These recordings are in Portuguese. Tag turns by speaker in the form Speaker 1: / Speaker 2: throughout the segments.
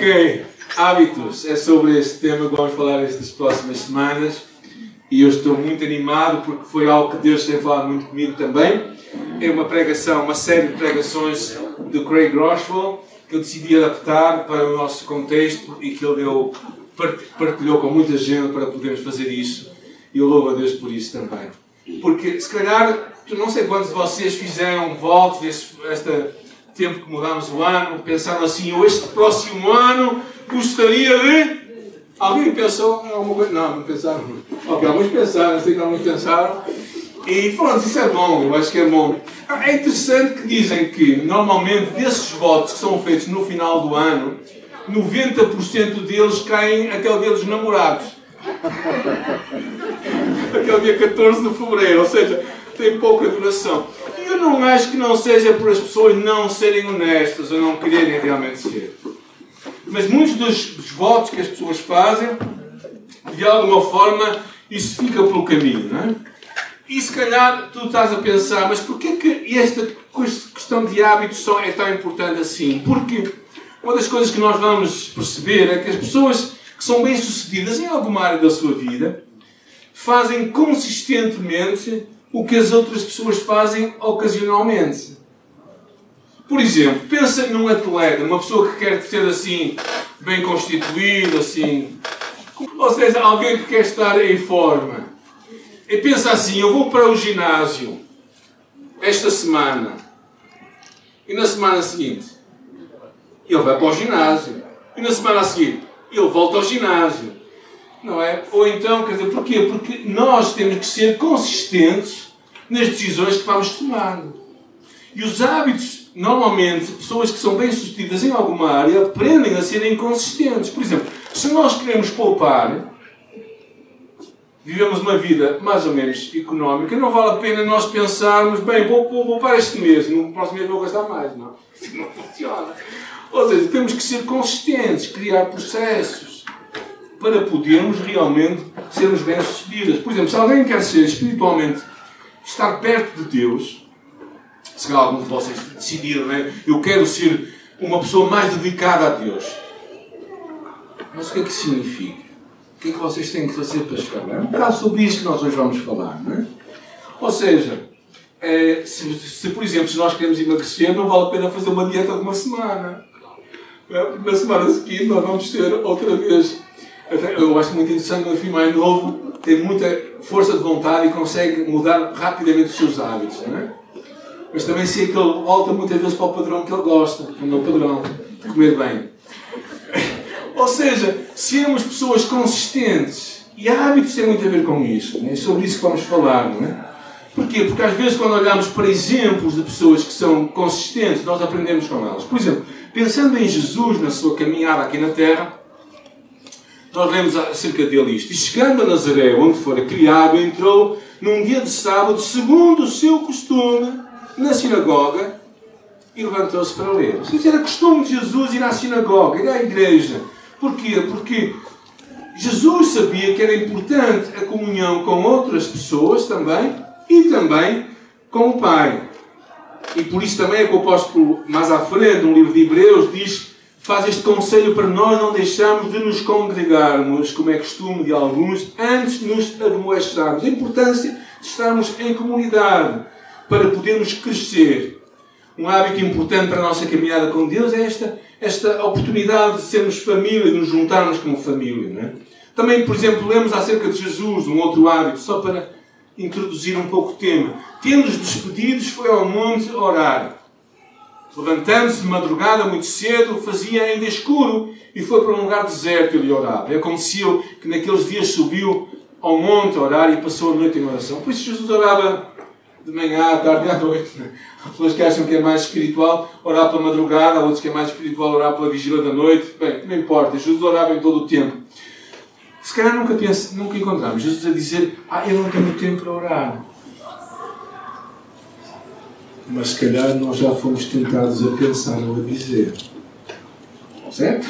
Speaker 1: Ok, hábitos. É sobre este tema que vamos falar estas próximas semanas. E eu estou muito animado porque foi algo que Deus tem falado muito comigo também. É uma pregação, uma série de pregações de Craig Groeschel que eu decidi adaptar para o nosso contexto e que ele partilhou com muita gente para podermos fazer isso. E eu louvo a Deus por isso também. Porque se calhar, não sei quantos de vocês fizeram votos este tempo que mudámos o ano, pensaram assim, eu este próximo ano gostaria de... Alguém pensou em alguma coisa? Não pensaram. Ok, alguns pensaram, sei que alguns pensaram. E falando, isso é bom, eu acho que é bom. É interessante que dizem que, normalmente, desses votos que são feitos no final do ano, 90% deles caem aquele dia dos namorados. Aquele dia 14 de fevereiro, ou seja, tem pouca duração. E eu não acho que não seja por as pessoas não serem honestas ou não quererem realmente ser. Mas muitos dos votos que as pessoas fazem, de alguma forma, isso fica pelo caminho, não é? E se calhar tu estás a pensar, mas porquê que esta questão de hábitos é tão importante assim? Porque uma das coisas que nós vamos perceber é que as pessoas que são bem-sucedidas em alguma área da sua vida fazem consistentemente o que as outras pessoas fazem ocasionalmente. Por exemplo, pensa num atleta, uma pessoa que quer ser assim, bem constituído, assim, ou seja, alguém que quer estar em forma. E pensa assim, eu vou para o ginásio esta semana e na semana seguinte ele vai para o ginásio e na semana a seguir ele volta ao ginásio, não é? Ou então, quer dizer, porquê? Porque nós temos que ser consistentes nas decisões que vamos tomando. E os hábitos, normalmente, pessoas que são bem-sucedidas em alguma área aprendem a serem consistentes. Por exemplo, se nós queremos poupar, vivemos uma vida mais ou menos económica, não vale a pena nós pensarmos, bem, vou poupar este mês, no próximo mês vou gastar mais. Não, isso não funciona. Ou seja, temos que ser consistentes, criar processos para podermos realmente sermos bem-sucedidas. Por exemplo, se alguém quer ser espiritualmente, estar perto de Deus, se calhar alguns de vocês decidiram, né? Eu quero ser uma pessoa mais dedicada a Deus. Mas o que é que significa? O que é que vocês têm que fazer para chegar lá? É um bocado sobre isso que nós hoje vamos falar, não é? Ou seja, se por exemplo, se nós queremos emagrecer, não vale a pena fazer uma dieta de uma semana. Na semana seguinte nós vamos ter outra vez. Eu acho muito interessante que o meu filho mais novo tem muita força de vontade e consegue mudar rapidamente os seus hábitos, não é? Mas também sei que ele volta muitas vezes para o padrão que ele gosta, que é o meu padrão, de comer bem. Ou seja, sermos pessoas consistentes. E hábitos têm muito a ver com isso. Não é? É sobre isso que vamos falar, não é? Porquê? Porque às vezes quando olhamos para exemplos de pessoas que são consistentes, nós aprendemos com elas. Por exemplo, pensando em Jesus na sua caminhada aqui na Terra, nós lemos acerca dele isto. E chegando a Nazaré, onde fora criado, entrou num dia de sábado, segundo o seu costume, na sinagoga, e levantou-se para ler. Ou seja, era costume de Jesus ir à sinagoga, ir à igreja. Porquê? Porque Jesus sabia que era importante a comunhão com outras pessoas também, e também com o Pai. E por isso também é que o apóstolo, mais à frente, no livro de Hebreus, faz este conselho para nós não deixarmos de nos congregarmos, como é costume de alguns, antes de nos admoestarmos. A importância de estarmos em comunidade para podermos crescer. Um hábito importante para a nossa caminhada com Deus é esta oportunidade de sermos família, de nos juntarmos como família. Não é? Também, por exemplo, lemos acerca de Jesus, um outro hábito, só para introduzir um pouco o tema. Tendo-os despedidos, foi ao monte orar. Levantando-se de madrugada, muito cedo, fazia ainda escuro, e foi para um lugar deserto e ele orava. Aconteceu que naqueles dias subiu ao monte a orar e passou a noite em oração. Por isso Jesus orava de manhã, à tarde e à noite. Há pessoas que acham que é mais espiritual orar pela madrugada, há outros que é mais espiritual orar pela vigília da noite. Bem, não importa, Jesus orava em todo o tempo. Se calhar nunca encontramos Jesus a dizer, eu não tenho tempo para orar. Mas se calhar nós já fomos tentados a pensar ou a dizer. Certo?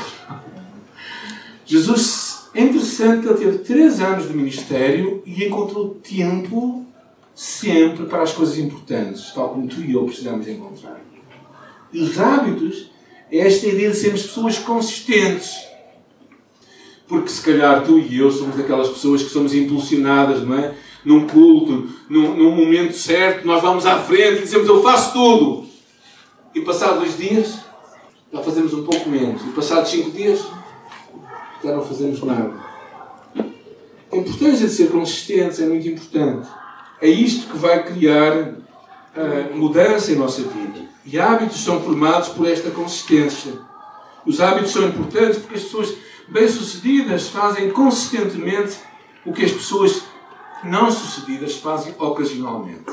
Speaker 1: Jesus, é interessante, ele teve 3 anos de ministério e encontrou tempo sempre para as coisas importantes, tal como tu e eu precisamos encontrar. E os hábitos é esta ideia de sermos pessoas consistentes. Porque se calhar tu e eu somos daquelas pessoas que somos impulsionadas, não é? Num culto, num momento certo, nós vamos à frente e dizemos eu faço tudo. E passados 2 dias, já fazemos um pouco menos. E passados 5 dias, já não fazemos nada. A importância de ser consistentes é muito importante. É isto que vai criar mudança em nossa vida. E hábitos são formados por esta consistência. Os hábitos são importantes porque as pessoas bem-sucedidas fazem consistentemente o que as pessoas não-sucedidas fazem ocasionalmente.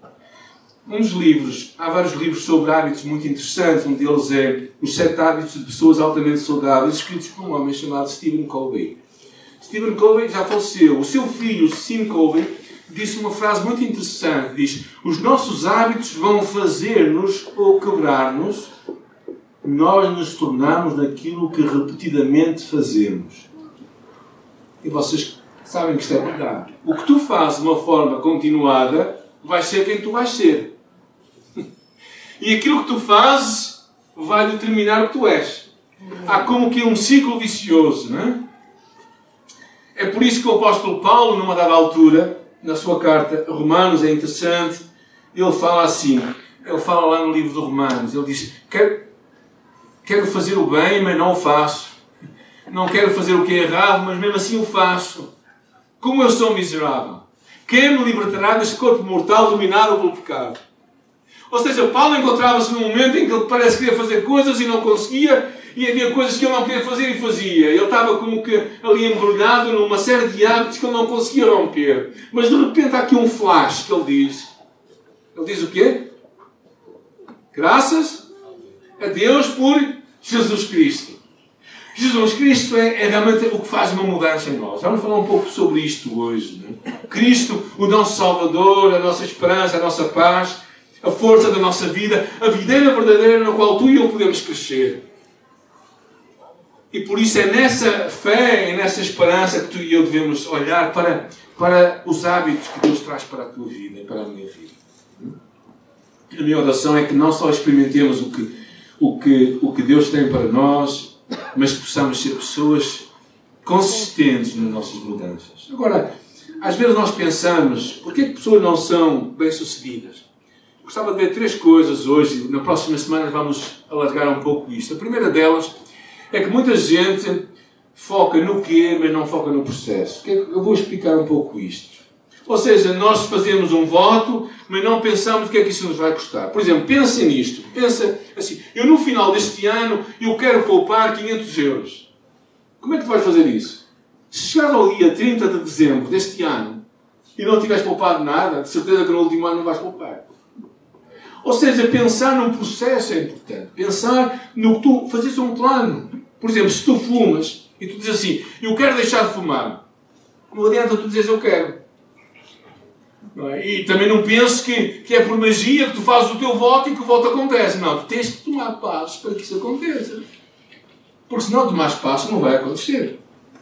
Speaker 1: Há vários livros sobre hábitos muito interessantes. Um deles é Os 7 Hábitos de Pessoas Altamente Saudáveis, escritos por um homem chamado Stephen Covey. Stephen Covey já faleceu. O seu filho, Stephen Covey, disse uma frase muito interessante. Diz: os nossos hábitos vão fazer-nos ou quebrar-nos. Nós nos tornamos naquilo que repetidamente fazemos. E vocês sabem que isto é verdade. O que tu fazes de uma forma continuada vai ser quem tu vais ser. E aquilo que tu fazes vai determinar o que tu és. Há como que um ciclo vicioso, não é? É por isso que o apóstolo Paulo, numa dada altura, na sua carta a Romanos, é interessante, ele fala assim, ele fala lá no livro de Romanos, ele diz: quero fazer o bem, mas não o faço. Não quero fazer o que é errado, mas mesmo assim o faço. Como eu sou miserável. Quem me libertará deste corpo mortal dominado pelo pecado? Ou seja, Paulo encontrava-se num momento em que ele parece que queria fazer coisas e não conseguia, e havia coisas que ele não queria fazer e fazia. Ele estava como que ali embrulhado numa série de hábitos que ele não conseguia romper. Mas de repente há aqui um flash que ele diz. Ele diz o quê? Graças a Deus por Jesus Cristo. Jesus Cristo é realmente o que faz uma mudança em nós. Vamos falar um pouco sobre isto hoje. Não é? Cristo, o nosso Salvador, a nossa esperança, a nossa paz, a força da nossa vida, a videira verdadeira na qual tu e eu podemos crescer. E por isso é nessa fé, é nessa esperança que tu e eu devemos olhar para os hábitos que Deus traz para a tua vida e para a minha vida. A minha oração é que não só experimentemos o que Deus tem para nós, mas que possamos ser pessoas consistentes nas nossas mudanças. Agora, às vezes nós pensamos, porquê que pessoas não são bem-sucedidas? Gostava de ver 3 coisas hoje. Na próxima semana vamos alargar um pouco isto. A primeira delas é que muita gente foca no quê, mas não foca no processo. Eu vou explicar um pouco isto. Ou seja, nós fazemos um voto, mas não pensamos o que é que isso nos vai custar. Por exemplo, pensem nisto. Pensa assim, eu no final deste ano, eu quero poupar 500 euros. Como é que tu vais fazer isso? Se chegar ao dia 30 de dezembro deste ano e não tiveres poupado nada, de certeza que no último ano não vais poupar. Ou seja, pensar num processo é importante. Pensar no que tu fazes um plano. Por exemplo, se tu fumas e tu dizes assim, eu quero deixar de fumar. Não adianta tu dizeres eu quero. Não é? E também não penses que é por magia que tu fazes o teu voto e que o voto acontece. Não, tu tens que tomar passos para que isso aconteça. Porque se não tomares passos, não vai acontecer.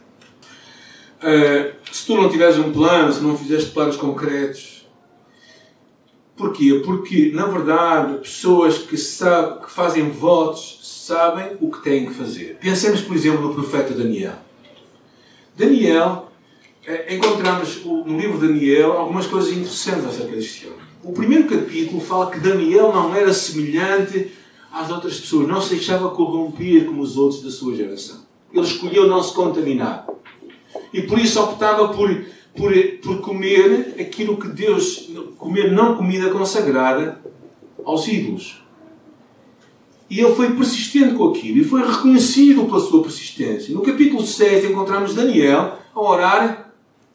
Speaker 1: Se tu não tiveres um plano, se não fizeres planos concretos. Porquê? Porque, na verdade, pessoas que fazem votos sabem o que têm que fazer. Pensemos, por exemplo, no profeta Daniel. Daniel, encontramos no livro de Daniel algumas coisas interessantes acerca deste homem. O primeiro capítulo fala que Daniel não era semelhante às outras pessoas, não se deixava corromper como os outros da sua geração. Ele escolheu não se contaminar. E por isso optava por comer aquilo que Deus... Comer não comida consagrada aos ídolos. E ele foi persistente com aquilo. E foi reconhecido pela sua persistência. No capítulo 6 encontramos Daniel a orar...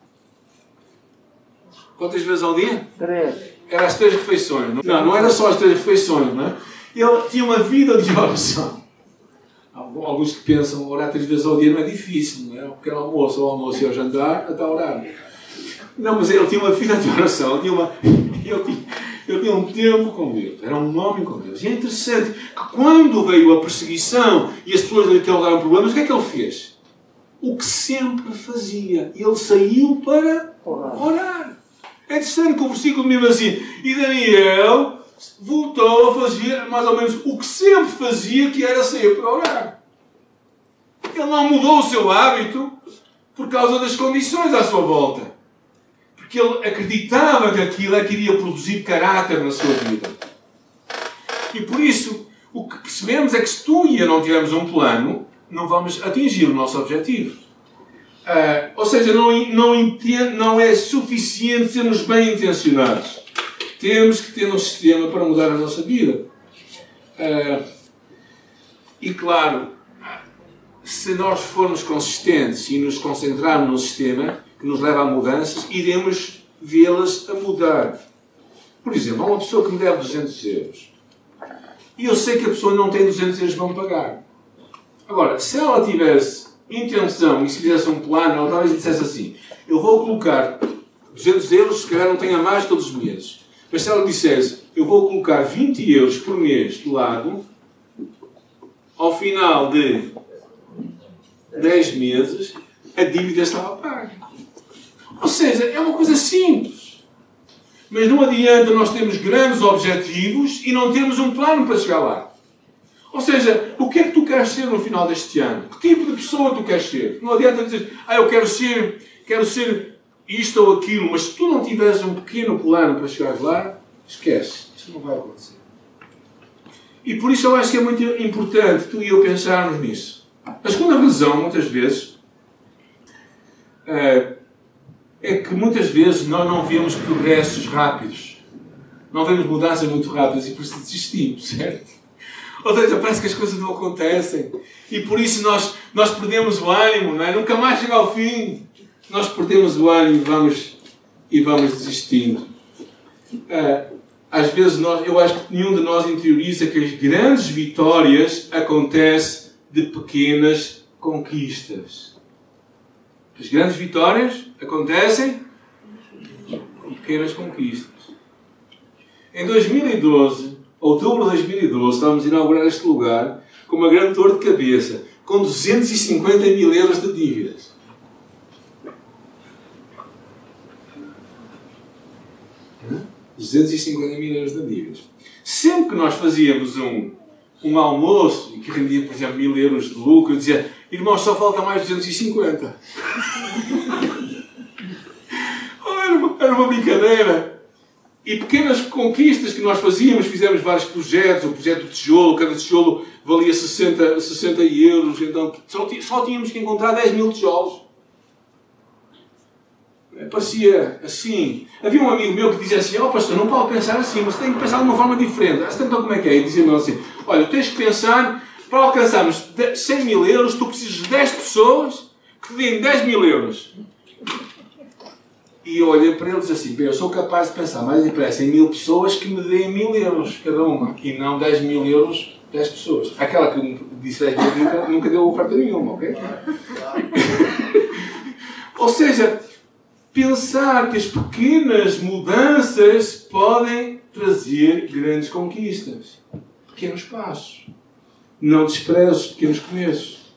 Speaker 1: Quantas vezes ao dia? 3. Era as 3 refeições. Não era só as 3 refeições, não é? Ele tinha uma vida de oração. Alguns que pensam orar 3 vezes ao dia não é difícil, não é? O pequeno almoço, ao almoço e ao jantar, até orar. Não, mas ele tinha uma vida de oração. Ele tinha um tempo com Deus. Era um homem com Deus. E é interessante que quando veio a perseguição e as pessoas lhe causaram problemas, o que é que ele fez? O que sempre fazia. Ele saiu para orar. É interessante que o versículo mesmo assim. E Daniel voltou a fazer mais ou menos o que sempre fazia, que era sair para orar. Ele não mudou o seu hábito por causa das condições à sua volta. Porque ele acreditava que aquilo é que iria produzir caráter na sua vida. E por isso, o que percebemos é que se tu e eu não tivermos um plano, não vamos atingir o nosso objetivo. Ou seja, não é suficiente sermos bem intencionados. Temos que ter um sistema para mudar a nossa vida. E claro, se nós formos consistentes e nos concentrarmos num sistema que nos leva a mudanças, iremos vê-las a mudar. Por exemplo, há uma pessoa que me deve 200 euros. E eu sei que a pessoa não tem 200 euros para me pagar. Agora, se ela tivesse intenção e se fizesse um plano, ela talvez dissesse assim: eu vou colocar 200 euros, se calhar não tenha mais todos os meses. Mas se ela dissesse: eu vou colocar 20 euros por mês de lado, ao final de 10 meses, a dívida estava paga. Ou seja, é uma coisa simples. Mas não adianta nós termos grandes objetivos e não termos um plano para chegar lá. Ou seja, o que é que tu queres ser no final deste ano? Que tipo de pessoa tu queres ser? Não adianta dizer: eu quero ser isto ou aquilo, mas se tu não tiveres um pequeno plano para chegar lá, esquece. Isso não vai acontecer. E por isso eu acho que é muito importante tu e eu pensarmos nisso. A segunda razão, muitas vezes, é que muitas vezes nós não vemos progressos rápidos. Não vemos mudanças muito rápidas e por isso desistimos, certo? Ou seja, parece que as coisas não acontecem. E por isso nós perdemos o ânimo, não é? Nunca mais chega ao fim. Nós perdemos o ânimo e vamos desistindo. Às vezes eu acho que nenhum de nós interioriza que as grandes vitórias acontecem de pequenas conquistas. As grandes vitórias acontecem de pequenas conquistas. Em 2012, outubro de 2012, estávamos a inaugurar este lugar com uma grande dor de cabeça, com 250 mil euros de dívidas. Hã? 250 mil euros de dívidas. Sempre que nós fazíamos um almoço e que rendia, por exemplo, 1000 euros de lucro, eu dizia: irmãos, só falta mais 250. Era uma brincadeira. E pequenas conquistas que nós fazíamos, fizemos vários projetos, o projeto do tijolo, cada tijolo valia 60 euros, então só tínhamos que encontrar 10 mil tijolos. Parecia assim. Havia um amigo meu que dizia assim: pastor, não pode pensar assim, mas tem que pensar de uma forma diferente. Então como é que é? E dizia-me assim: olha, tens que pensar, para alcançarmos 100 mil euros, tu precisas de 10 pessoas que te deem 10 mil euros. E eu olhei para ele e disse assim: bem, eu sou capaz de pensar mais depressa em 1000 pessoas que me deem 1000 euros cada uma, e não 10 mil euros 10 pessoas. Aquela que me disse 10 mil nunca deu oferta nenhuma, ok? Ou seja, pensar que as pequenas mudanças podem trazer grandes conquistas. Pequenos passos. Não desprezes pequenos começos.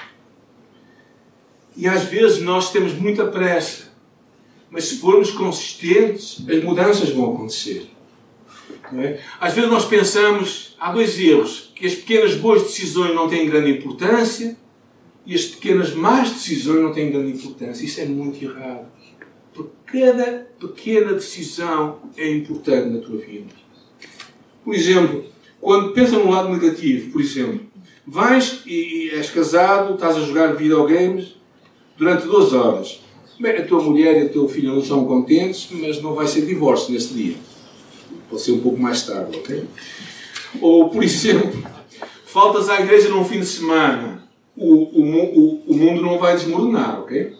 Speaker 1: E às vezes nós temos muita pressa. Mas se formos consistentes, as mudanças vão acontecer. Não é? Às vezes nós pensamos, há dois erros, que as pequenas boas decisões não têm grande importância e as pequenas más decisões não têm grande importância. Isso é muito errado. Porque cada pequena decisão é importante na tua vida. Por exemplo, quando pensas no lado negativo, por exemplo, vais e és casado, estás a jogar videogames durante 2 horas. Bem, a tua mulher e o teu filho não são contentes, mas não vai ser divórcio nesse dia. Pode ser um pouco mais tarde, ok? Ou, por exemplo, faltas à igreja num fim de semana. O mundo não vai desmoronar, ok?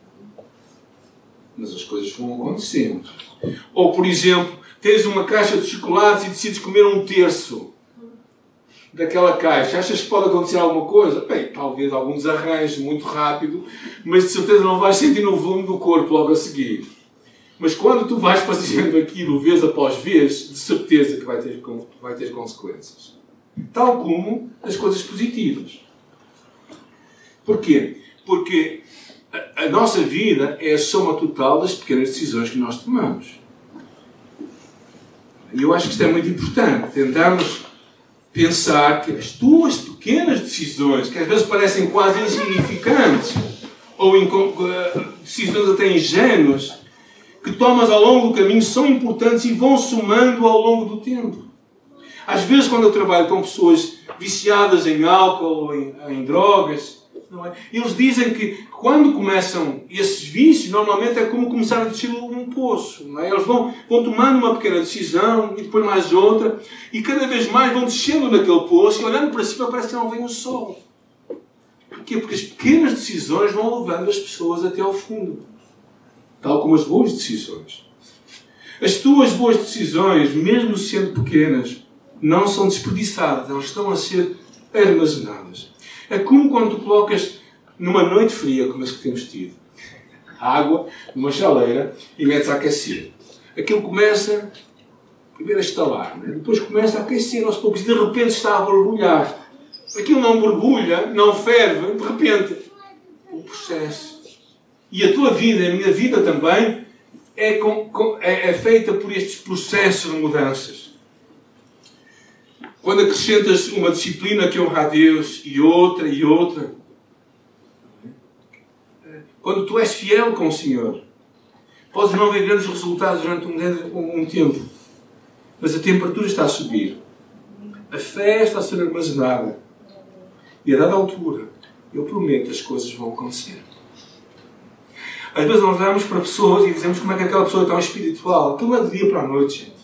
Speaker 1: Mas as coisas vão acontecendo. Ou, por exemplo, tens uma caixa de chocolates e decides comer 1/3 daquela caixa. Achas que pode acontecer alguma coisa? Bem, talvez algum desarranjo muito rápido, mas de certeza não vais sentir no volume do corpo logo a seguir. Mas quando tu vais fazendo aquilo vez após vez, de certeza que vai ter consequências. Tal como as coisas positivas. Porquê? Porque a nossa vida é a soma total das pequenas decisões que nós tomamos. E eu acho que isto é muito importante. Tentarmos pensar que as tuas pequenas decisões, que às vezes parecem quase insignificantes, ou decisões até ingênuas, que tomas ao longo do caminho, são importantes e vão somando ao longo do tempo. Às vezes, quando eu trabalho com pessoas viciadas em álcool ou em drogas, não é? Eles dizem que quando começam esses vícios, normalmente é como começar a descer um poço. Não é? Eles vão tomando uma pequena decisão e depois mais outra, e cada vez mais vão descendo naquele poço e olhando para cima parece que não vem o sol. Porquê? Porque as pequenas decisões vão levando as pessoas até ao fundo. Tal como as boas decisões. As tuas boas decisões, mesmo sendo pequenas, não são desperdiçadas. Elas estão a ser armazenadas. É como quando tu colocas numa noite fria, como as que temos tido, água numa chaleira e metes a aquecer. Aquilo começa primeiro a estalar, né? Depois começa a aquecer aos poucos e de repente está a borbulhar. Aquilo não borbulha, não ferve, de repente, um processo. E a tua vida, a minha vida também, é feita por estes processos de mudanças. Quando acrescentas uma disciplina que honra a Deus e outra, quando tu és fiel com o Senhor, podes não ver grandes resultados durante um tempo, mas a temperatura está a subir. A fé está a ser armazenada. E a dada altura, eu prometo, as coisas vão acontecer. Às vezes nós olhamos para pessoas e dizemos como é que aquela pessoa é tão espiritual. Aquilo é de dia para a noite, gente.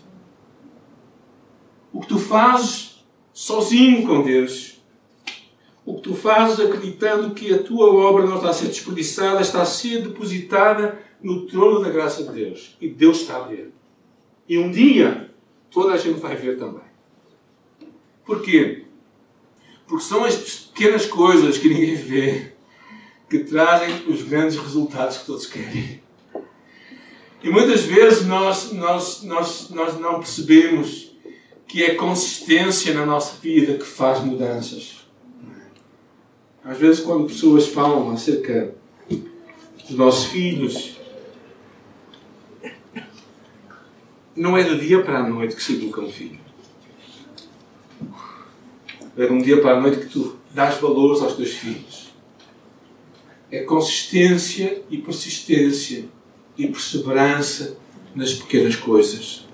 Speaker 1: O que tu fazes sozinho com Deus, o que tu fazes acreditando que a tua obra não está a ser desperdiçada, está a ser depositada no trono da graça de Deus. E Deus está a ver. E um dia, toda a gente vai ver também. Porquê? Porque são as pequenas coisas que ninguém vê que trazem os grandes resultados que todos querem. E muitas vezes nós não percebemos que é consistência na nossa vida que faz mudanças. Às vezes, quando pessoas falam acerca dos nossos filhos, não é do dia para a noite que se educa um filho. É de um dia para a noite que tu dás valores aos teus filhos. É consistência e persistência e perseverança nas pequenas coisas.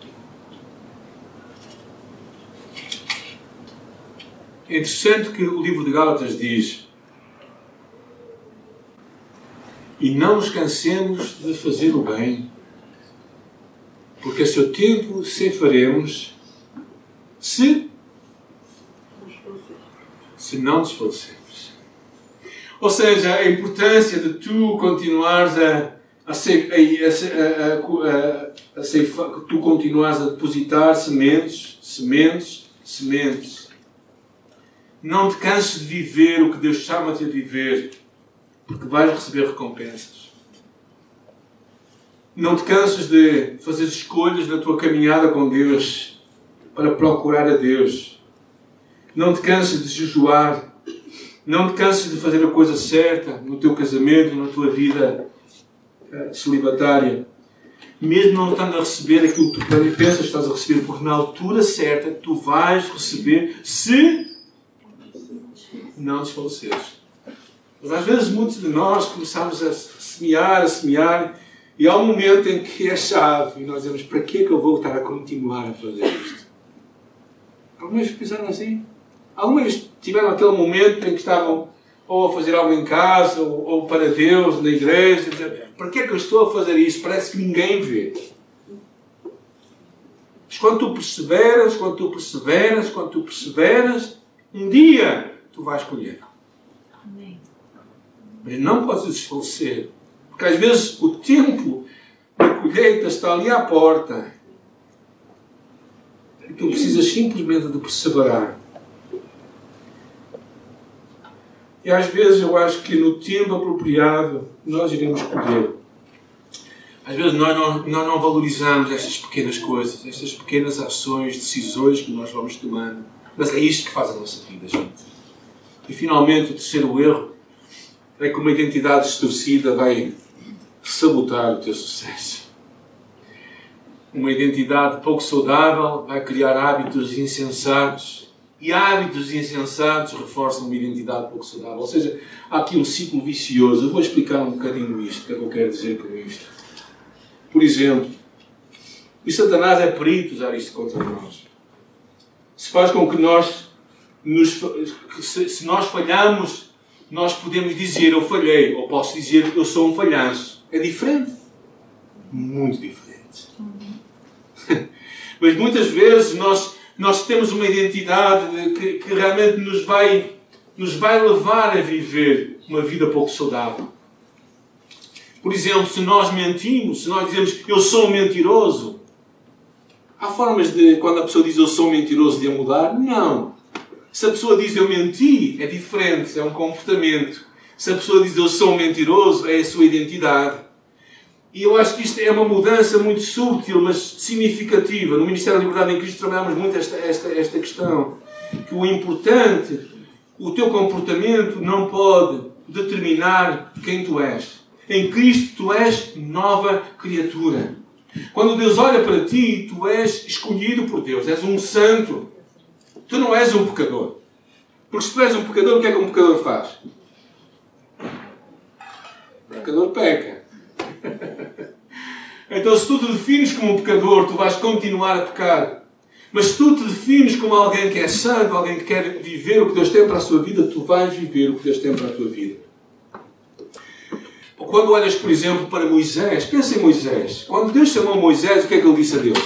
Speaker 1: É interessante que o livro de Gálatas diz: e não nos cansemos de fazer o bem, porque a seu tempo ceifaremos se não desfalecermos. Ou seja, a importância de tu continuares tu continuares a depositar sementes. Não te canses de viver o que Deus chama-te a viver, porque vais receber recompensas. Não te canses de fazer escolhas na tua caminhada com Deus para procurar a Deus. Não te canses de jejuar. Não te canses de fazer a coisa certa no teu casamento, na tua vida celibatária. Mesmo não estando a receber aquilo que tu pensas que estás a receber, porque na altura certa tu vais receber se não desfaleceres. Mas às vezes muitos de nós começamos a semear, e há um momento em que é chave e nós dizemos: para que é que eu vou estar a continuar a fazer isto? Algumas vezes pensaram assim? Algumas vezes tiveram aquele momento em que estavam ou a fazer algo em casa, ou para Deus, na igreja, dizer: para que é que eu estou a fazer isso? Parece que ninguém vê. Mas quando tu perseveras, um dia tu vais colher. Mas não podes desfalecer. Porque às vezes o tempo da colheita está ali à porta. E tu precisas simplesmente de perseverar. E às vezes eu acho que no tempo apropriado nós iremos colher. Às vezes nós não valorizamos estas pequenas coisas, estas pequenas ações, decisões que nós vamos tomando. Mas é isto que faz a nossa vida, gente. E finalmente o terceiro erro é que uma identidade distorcida vai sabotar o teu sucesso. Uma identidade pouco saudável vai criar hábitos insensatos. E hábitos insensatos reforçam uma identidade pouco saudável. Ou seja, há aqui um ciclo vicioso. Eu vou explicar um bocadinho isto, o que é que eu quero dizer com isto. Por exemplo, o Satanás é perito usar isto contra nós. Se faz com que se nós falhamos, nós podemos dizer eu falhei, ou posso dizer eu sou um falhanço. É diferente. Muito diferente. Mas muitas vezes nós temos uma identidade que realmente nos vai levar a viver uma vida pouco saudável. Por exemplo, se nós mentimos, se nós dizemos eu sou um mentiroso, há formas de, quando a pessoa diz eu sou um mentiroso, de a mudar? Não. Se a pessoa diz eu menti, é diferente, é um comportamento. Se a pessoa diz eu sou um mentiroso, é a sua identidade. E eu acho que isto é uma mudança muito sútil, mas significativa. No Ministério da Liberdade em Cristo trabalhamos muito esta questão. Que o importante, o teu comportamento não pode determinar quem tu és. Em Cristo tu és nova criatura. Quando Deus olha para ti, tu és escolhido por Deus. És um santo. Tu não és um pecador. Porque se tu és um pecador, o que é que um pecador faz? O pecador peca. Então, se tu te defines como um pecador, tu vais continuar a pecar. Mas se tu te defines como alguém que é santo, alguém que quer viver o que Deus tem para a sua vida, tu vais viver o que Deus tem para a tua vida. Quando olhas, por exemplo, para Moisés, pensa em Moisés. Quando Deus chamou Moisés, o que é que ele disse a Deus?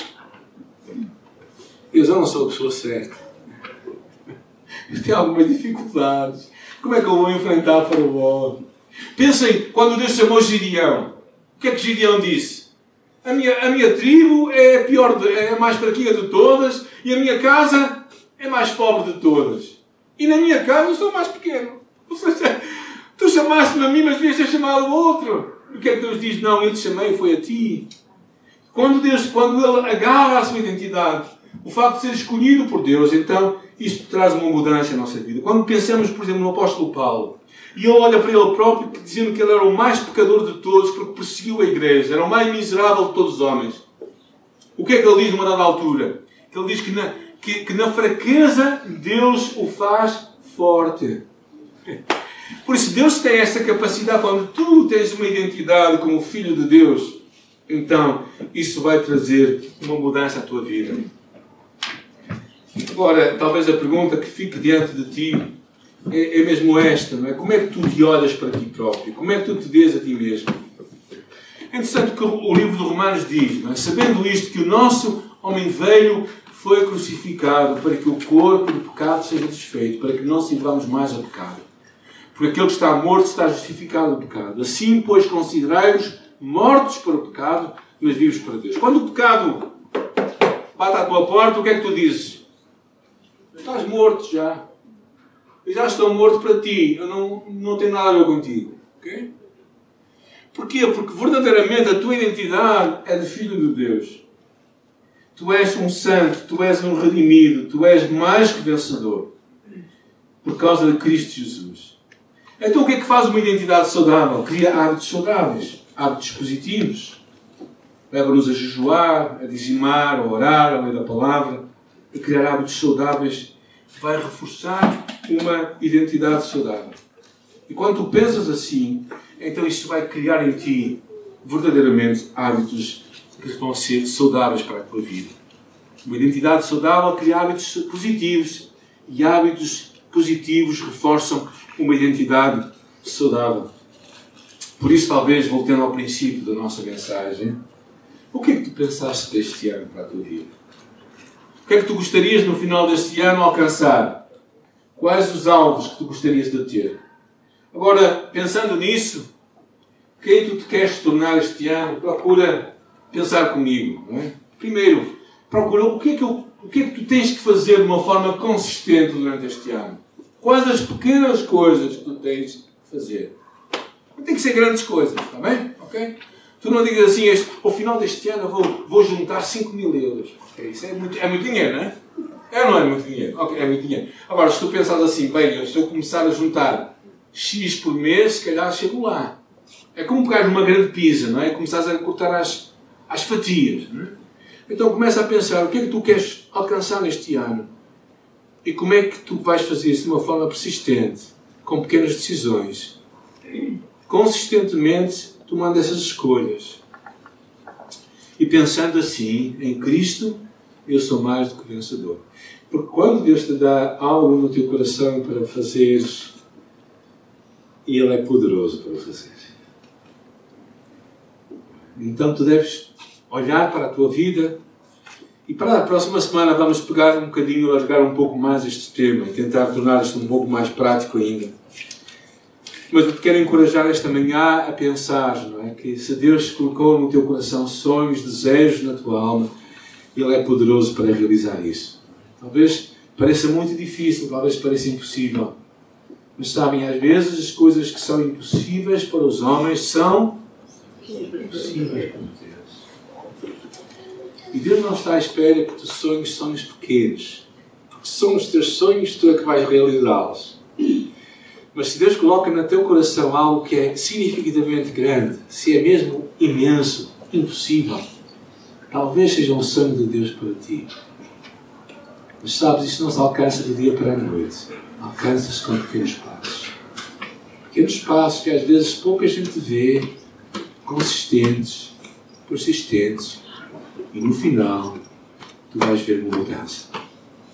Speaker 1: Deus, eu não sou a pessoa certa. Eu tenho algumas dificuldades. Como é que eu vou enfrentar Faraó? Pensem, quando Deus chamou Gideão, o que é que Gideão disse? A minha tribo é a pior, é a mais fraquinha de todas, e a minha casa é a mais pobre de todas. E na minha casa eu sou o mais pequeno. Ou seja, tu chamaste-me a mim, mas devias ter chamado o outro. E o que é que Deus diz? Não, eu te chamei, foi a ti. Quando Ele agarra a sua identidade, o facto de ser escolhido por Deus, então isto traz uma mudança na nossa vida. Quando pensamos, por exemplo, no apóstolo Paulo, e ele olha para ele próprio, dizendo que ele era o mais pecador de todos, porque perseguiu a igreja, era o mais miserável de todos os homens. O que é que ele diz numa dada altura? Ele diz que na fraqueza Deus o faz forte. Por isso, Deus tem esta capacidade, quando tu tens uma identidade como filho de Deus, então isso vai trazer uma mudança à tua vida. Agora, talvez a pergunta que fique diante de ti é mesmo esta, não é? Como é que tu te olhas para ti próprio? Como é que tu te vês a ti mesmo? É interessante que o livro de Romanos diz, não é? Sabendo isto, que o nosso homem velho foi crucificado para que o corpo do pecado seja desfeito, para que não sirvamos mais ao pecado. Porque aquele que está morto está justificado do pecado. Assim, pois, considerai-vos mortos para o pecado, mas vivos para Deus. Quando o pecado bate à tua porta, o que é que tu dizes? Estás morto já. Eu já estou morto para ti. Eu não tenho nada a ver contigo. Okay? Porquê? Porque verdadeiramente a tua identidade é de filho de Deus. Tu és um santo, tu és um redimido, tu és mais que vencedor. Por causa de Cristo Jesus. Então o que é que faz uma identidade saudável? Cria hábitos saudáveis, hábitos positivos. Leva-nos a jejuar, a dizimar, a orar, a ler a palavra. A criar hábitos saudáveis vai reforçar uma identidade saudável. E quando tu pensas assim, então isso vai criar em ti verdadeiramente hábitos que vão ser saudáveis para a tua vida. Uma identidade saudável cria hábitos positivos e hábitos positivos reforçam uma identidade saudável. Por isso, talvez, voltando ao princípio da nossa mensagem, o que é que tu pensaste deste ano para a tua vida? O que é que tu gostarias no final deste ano alcançar? Quais os alvos que tu gostarias de ter? Agora, pensando nisso, quem tu te queres tornar este ano? Procura pensar comigo. Não é? Primeiro, procura o que é que tu tens que fazer de uma forma consistente durante este ano. Quais as pequenas coisas que tu tens que fazer? Não tem que ser grandes coisas, está bem? Okay? Tu não digas assim, ao final deste ano eu vou juntar 5.000 euros. Okay? Isso é muito dinheiro, não é? É ou não é muito dinheiro? Ok, é muito dinheiro. Agora, se tu pensares assim, bem, se eu começar a juntar X por mês, se calhar chego lá. É como pegar uma grande pizza, não é? Começares a cortar às fatias. Não é? Então começa a pensar o que é que tu queres alcançar neste ano e como é que tu vais fazer isso de uma forma persistente, com pequenas decisões, consistentemente tomando essas escolhas e pensando assim, em Cristo eu sou mais do que vencedor. Porque quando Deus te dá algo no teu coração para fazeres, Ele é poderoso para o fazer. Então tu deves olhar para a tua vida e para a próxima semana vamos pegar um bocadinho, alargar um pouco mais este tema e tentar tornar isto um pouco mais prático ainda. Mas eu te quero encorajar esta manhã a pensar, não é? Que se Deus colocou no teu coração sonhos, desejos na tua alma, Ele é poderoso para realizar isso. Talvez pareça muito difícil, talvez pareça impossível. Mas sabem, às vezes as coisas que são impossíveis para os homens são possíveis para Deus. E Deus não está à espera que tu sonhes sonhos pequenos. Porque são os teus sonhos, tu é que vais realizá-los. Mas se Deus coloca no teu coração algo que é significativamente grande, se é mesmo imenso, impossível, talvez seja um sonho de Deus para ti. Mas sabes, isto não se alcança do dia para a noite. Alcança-se com pequenos passos. Pequenos passos que às vezes pouca gente vê, consistentes, persistentes, e no final tu vais ver uma mudança.